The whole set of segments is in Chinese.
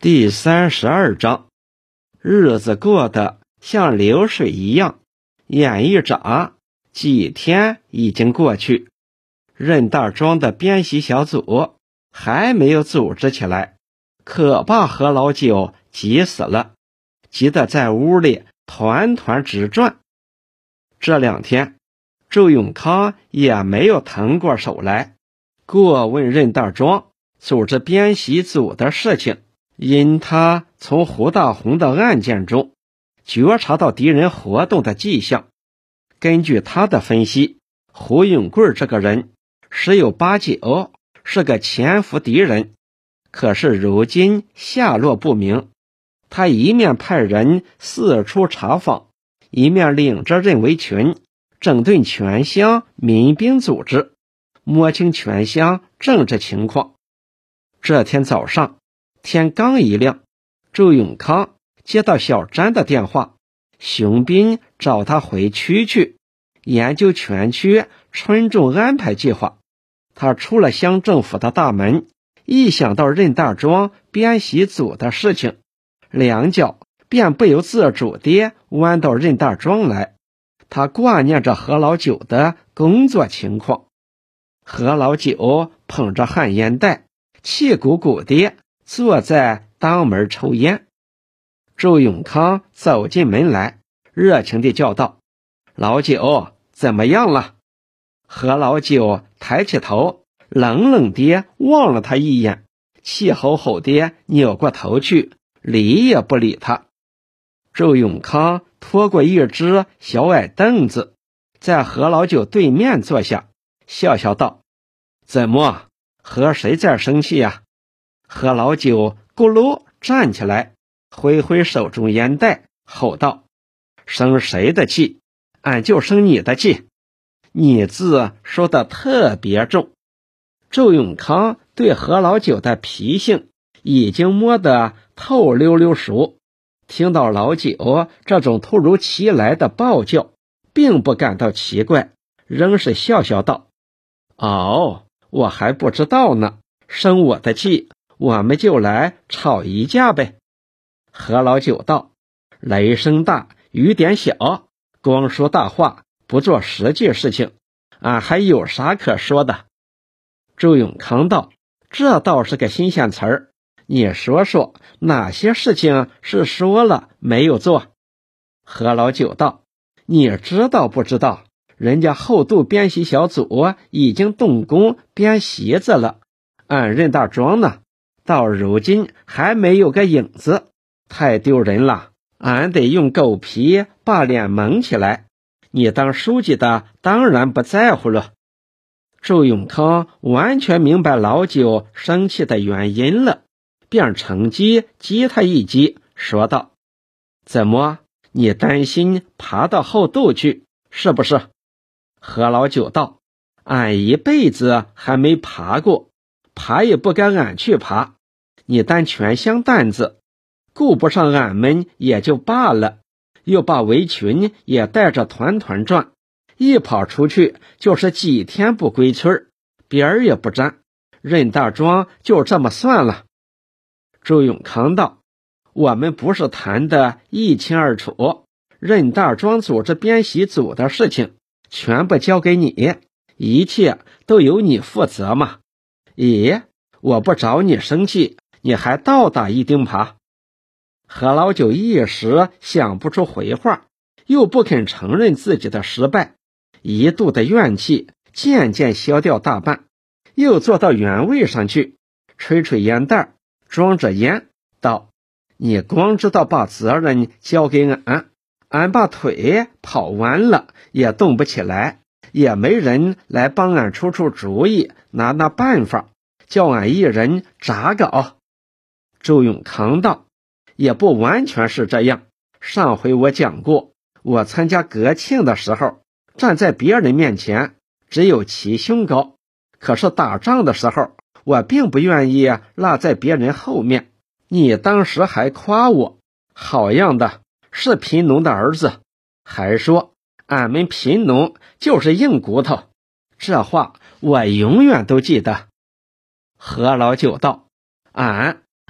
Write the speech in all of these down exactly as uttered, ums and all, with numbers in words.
第三十二章，日子过得像流水一样，眼一眨，几天已经过去。任大庄的编习小组还没有组织起来，可把何老九急死了，急得在屋里团团直转。这两天，周永康也没有腾过手来过问任大庄组织编习组的事情。因他从胡大红的案件中觉察到敌人活动的迹象，根据他的分析，胡永贵这个人十有八九是个潜伏敌人，可是如今下落不明。他一面派人四处查访，一面领着任维群整顿全乡民兵组织，摸清全乡政治情况。这天早上天刚一亮，周永康接到小詹的电话，熊斌找他回区去研究全区村种安排计划。他出了乡政府的大门，一想到任大庄编习组的事情，两脚便不由自主地弯到任大庄来。他挂念着何老九的工作情况。何老九捧着旱烟袋，气鼓鼓地坐在当门抽烟。周永康走进门来，热情地叫道：“老九，怎么样了？”何老九抬起头，冷冷地望了他一眼，气吼吼地扭过头去，理也不理他。周永康拖过一只小矮凳子，在何老九对面坐下，笑笑道：“怎么，和谁在生气呀？”何老九咕噜站起来，挥挥手中烟袋，吼道：“生谁的气？俺就生你的气。你字说得特别重。”周永康对何老九的脾性已经摸得透溜溜熟，听到老九这种突如其来的暴叫，并不感到奇怪，仍是笑笑道：“哦，我还不知道呢，生我的气，我们就来吵一架呗。”何老九道：“雷声大雨点小，光说大话不做实际事情，俺还有啥可说的？”周永康道：“这倒是个新鲜词儿，你说说哪些事情是说了没有做？”何老九道：“你知道不知道，人家后渡编习小组已经动工编席子了，俺任大庄呢，到如今还没有个影子，太丢人了，俺得用狗皮把脸蒙起来。你当书记的当然不在乎了。”周永康完全明白老九生气的原因了，便乘机激他一激，说道：“怎么，你担心爬到后渡去，是不是？”何老九道：“俺一辈子还没爬过，爬也不该俺去爬。你担全乡担子，顾不上俺们也就罢了，又把围裙也带着团团转，一跑出去就是几天不归村，边儿也不沾。任大庄就这么算了。”周永康道：“我们不是谈得一清二楚，任大庄组织编习组的事情全部交给你，一切都由你负责嘛。咦，我不找你生气，你还倒打一钉耙。”何老九一时想不出回话，又不肯承认自己的失败，一肚的怨气渐渐消掉大半，又坐到原位上去，吹吹烟袋，装着烟道：“你光知道把责任交给俺，俺把腿跑弯了也动不起来，也没人来帮俺出出主意，拿拿办法，叫俺一人咋搞？”周永康道：“也不完全是这样。上回我讲过，我参加国庆的时候，站在别人面前只有齐胸高，可是打仗的时候，我并不愿意落在别人后面。你当时还夸我，好样的，是贫农的儿子，还说俺们贫农就是硬骨头，这话我永远都记得。”何老九道：“俺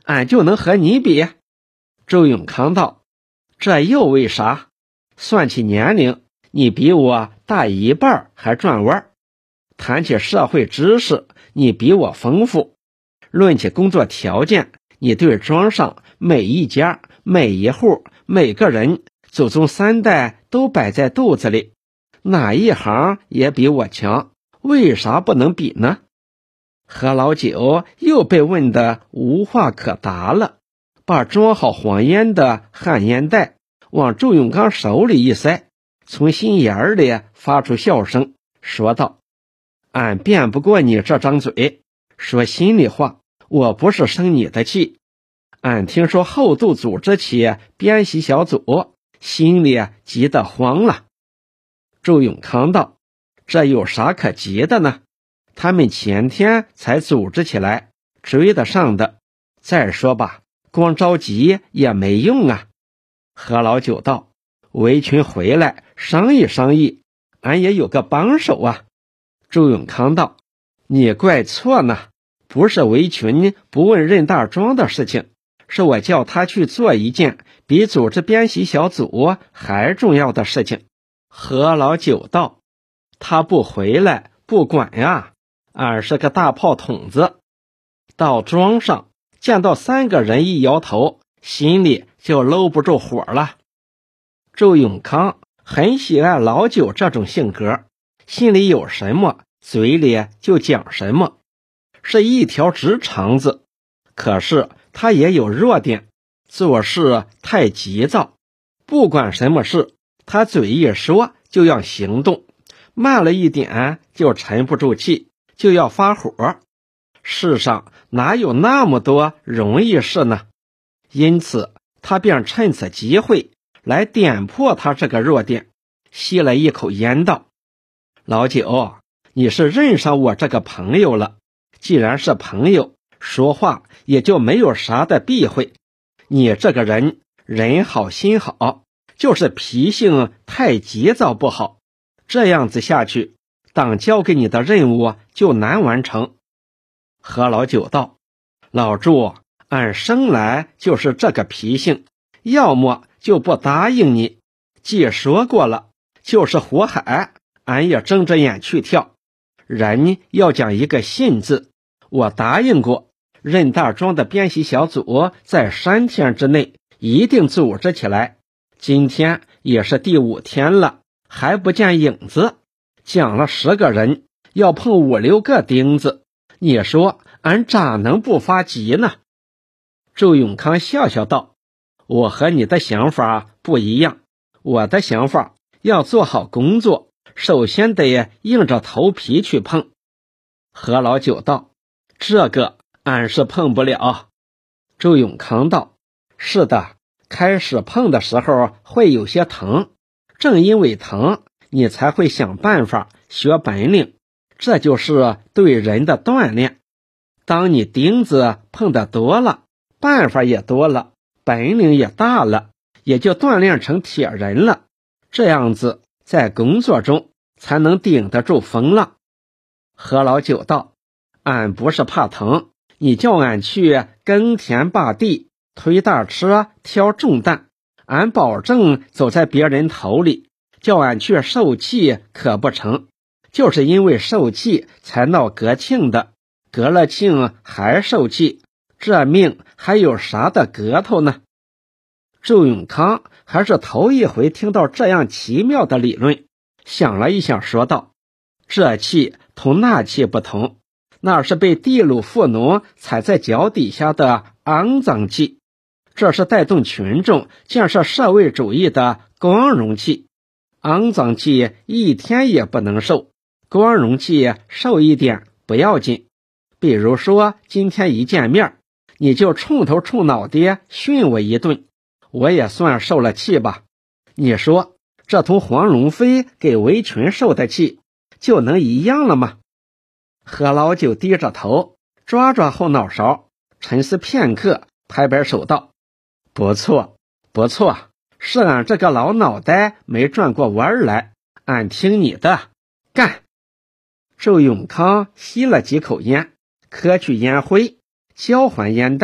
俺就能和你比？周永康道：这又为啥？算起年龄，你比我大一半还转弯。谈起社会知识，你比我丰富。论起工作条件，你对庄上每一家、每一户、每个人，祖宗三代都摆在肚子里，哪一行也比我强，为啥不能比呢？何老九又被问得无话可答了，把装好黄烟的旱烟袋往周永康手里一塞，从心眼里发出笑声，说道：俺辩不过你这张嘴，说心里话，我不是生你的气。俺听说后渡组织起编习小组，心里急得慌了。周永康道：这有啥可急的呢？他们前天才组织起来，追得上的。再说吧，光着急也没用啊。何老九道：围裙回来商议商议，俺也有个帮手啊。周永康道：你怪错呢，不是围裙不问任大庄的事情，是我叫他去做一件比组织编习小组还重要的事情。何老九道：他不回来不管呀，俺是个大炮筒子。到庄上见到三个人一摇头，心里就搂不住火了。周永康很喜爱老九这种性格，心里有什么嘴里就讲什么，是一条直肠子。可是他也有弱点，做事太急躁，不管什么事他嘴一说就要行动，慢了一点就沉不住气，就要发火。世上哪有那么多容易事呢？因此他便趁此机会来点破他这个弱点，吸了一口烟道：老九，你是认上我这个朋友了，既然是朋友，说话也就没有啥的避讳。你这个人人好心好，就是脾性太急躁不好，这样子下去，党交给你的任务就难完成。何老九道：老祝，俺生来就是这个脾性，要么就不答应你，既说过了，就是火海，俺也睁着眼去跳。人要讲一个信字，我答应过，任大庄的编习小组在三天之内一定组织起来。今天也是第五天了，还不见影子，讲了十个人，要碰五六个钉子，你说俺咋能不发急呢？周永康笑笑道：我和你的想法不一样，我的想法要做好工作，首先得硬着头皮去碰。何老九道：这个俺是碰不了。周永康道：是的，开始碰的时候会有些疼，正因为疼，你才会想办法学本领，这就是对人的锻炼。当你钉子碰得多了，办法也多了，本领也大了，也就锻炼成铁人了，这样子在工作中才能顶得住风浪。何老九道：俺不是怕疼，你叫俺去耕田耙地，推大车挑重担，俺保证走在别人头里，叫俺去受气可不成，就是因为受气才闹革庆的，革了庆还受气，这命还有啥的革头呢？周永康还是头一回听到这样奇妙的理论，想了一想说道：这气同那气不同，那是被地主富农踩在脚底下的肮脏气，这是带动群众建设社会主义的光荣气。肮脏气一天也不能受，光荣气受一点不要紧。比如说今天一见面，你就冲头冲脑袋训我一顿，我也算受了气吧。你说这同黄荣飞给围裙受的气就能一样了吗？何老九低着头抓抓后脑勺，沉思片刻，拍拍手道：不错不错，是俺这个老脑袋没转过弯来，俺听你的，干！周永康吸了几口烟，磕去烟灰，交还烟袋，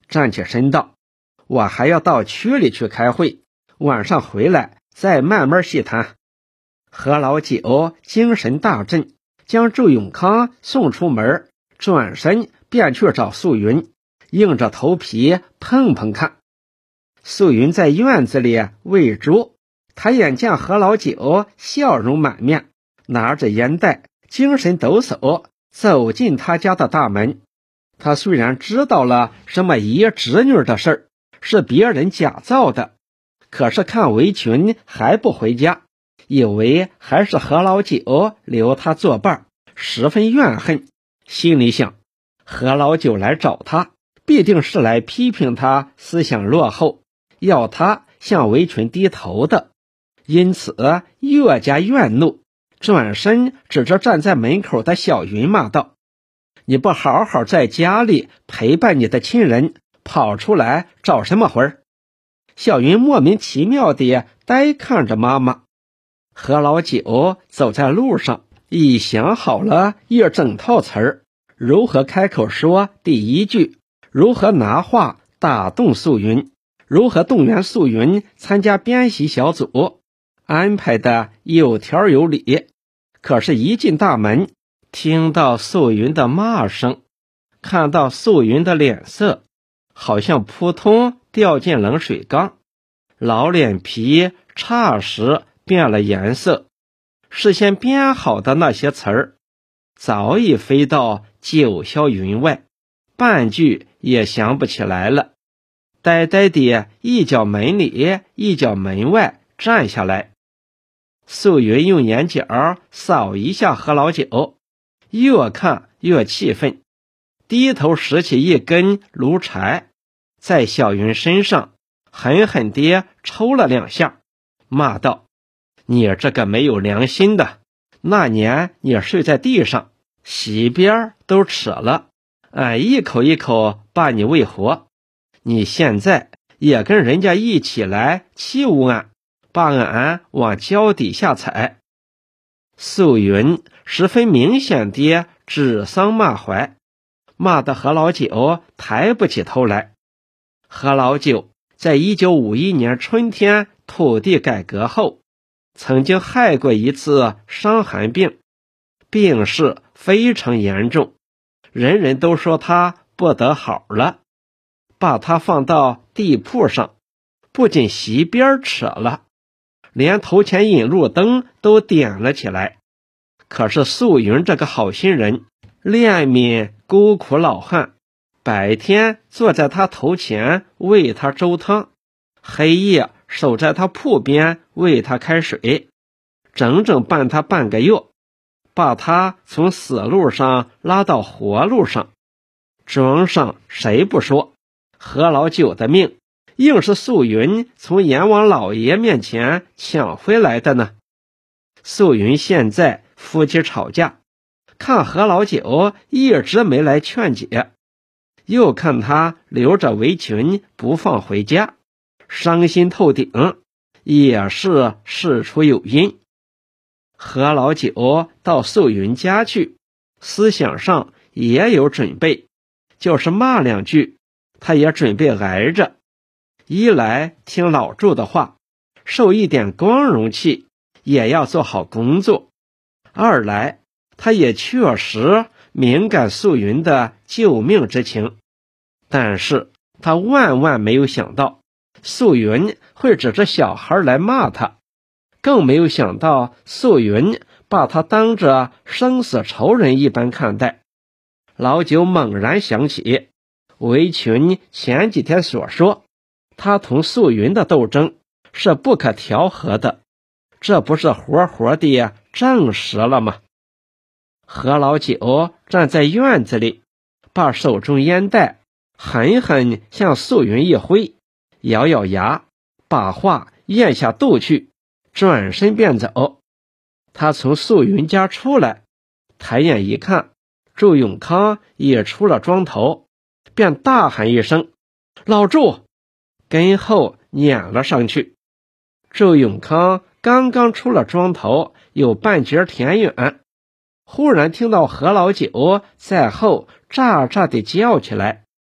站起身道：“我还要到区里去开会，晚上回来再慢慢细谈。”何老九精神大振，将周永康送出门，转身便去找素云，硬着头皮碰碰看。素云在院子里喂猪，他眼见何老九笑容满面，拿着烟袋，精神抖擞走进他家的大门。他虽然知道了什么姨侄女的事儿是别人假造的，可是看围裙还不回家，以为还是何老九留他作伴，十分怨恨，心里想，何老九来找他必定是来批评他思想落后，要他向围裙低头的，因此越加怨怒，转身指着站在门口的小云骂道：“你不好好在家里陪伴你的亲人，跑出来找什么魂儿？”小云莫名其妙地呆看着妈妈。何老九走在路上，已想好了一整套词儿，如何开口说第一句，如何拿话打动素云，如何动员素云参加编习小组，安排的有条有理。可是一进大门，听到素云的骂声，看到素云的脸色，好像扑通掉进冷水缸，老脸皮霎时变了颜色，事先编好的那些词儿早已飞到九霄云外，半句也想不起来了，呆呆地一脚门里一脚门外站下来。素云用眼角扫一下何老九，越看越气愤，低头拾起一根炉柴，在小云身上狠狠地抽了两下，骂道：“你这个没有良心的，那年你睡在地上，席边都扯了，俺一口一口把你喂活，你现在也跟人家一起来欺侮俺，把俺往脚底下踩。”素云十分明显地指桑骂槐，骂得何老九抬不起头来。何老九在一九五一年春天土地改革后，曾经害过一次伤寒病，病势非常严重，人人都说他不得好了，把他放到地铺上，不仅席边扯了，连头前引路灯都点了起来。可是素云这个好心人怜悯孤苦老汉，白天坐在他头前喂他粥汤，黑夜守在他铺边喂他开水，整整伴他半个月，把他从死路上拉到活路上。庄上谁不说，何老九的命硬是素云从阎王老爷面前抢回来的呢。素云现在夫妻吵架，看何老九一直没来劝解，又看他留着围裙不放回家，伤心透顶，也是事出有因。何老九到素云家去，思想上也有准备，就是骂两句他也准备挨着，一来听老祝的话，受一点光荣气，也要做好工作；二来他也确实敏感素云的救命之情。但是他万万没有想到素云会指着小孩来骂他，更没有想到素云把他当着生死仇人一般看待。老九猛然想起围裙前几天所说，他同素云的斗争是不可调和的，这不是活活地证实了吗？何老九站在院子里，把手中烟袋狠狠向素云一挥，咬咬牙，把话咽下肚去，转身便走。他从素云家出来，抬眼一看，祝永康也出了庄头，便大喊一声：“老祝！”跟后撵了上去。祝永康刚刚出了庄头有半截田远，忽然听到何老九在后喳喳地叫起来，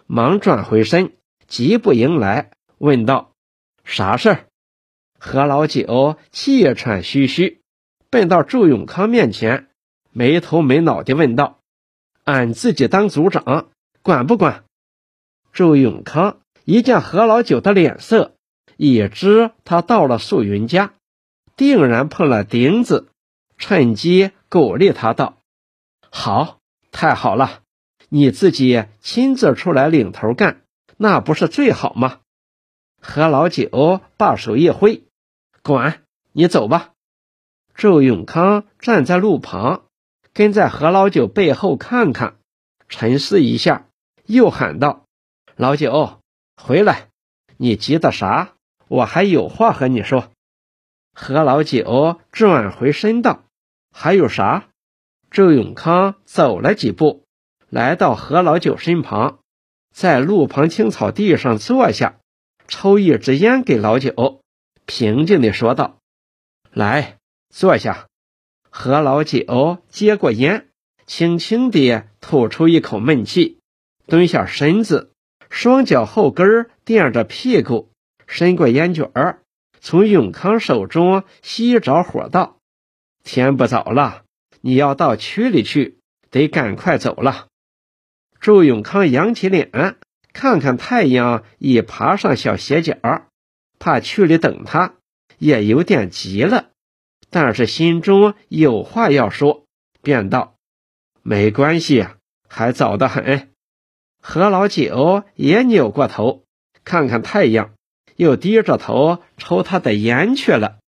忙转回身，急步迎来，问道：啥事儿？何老九气喘吁吁，奔到祝永康面前，没头没脑地问道：俺自己当组长，管不管？祝永康一见何老九的脸色，已知他到了素云家，定然碰了钉子，趁机鼓励他道：好，太好了，你自己亲自出来领头干，那不是最好吗？何老九把手一挥：管，你走吧。祝永康站在路旁，跟在何老九背后看看，沉思一下，又喊道：老九，回来，你急的啥？我还有话和你说。何老九转回身道：还有啥？祝永康走了几步，来到何老九身旁，在路旁青草地上坐下，抽一支烟给老九，平静地说道：来，坐下。何老九接过烟，轻轻地吐出一口闷气，蹲下身子，双脚后跟垫着屁股，伸过烟卷儿，从永康手中吸着火道：天不早了，你要到区里去，得赶快走了。祝永康扬起脸，看看太阳已爬上小斜角，怕区里等他，也有点急了，但是心中有话要说，便道：没关系，还早得很。何老九也扭过头，看看太阳，又低着头抽他的烟去了。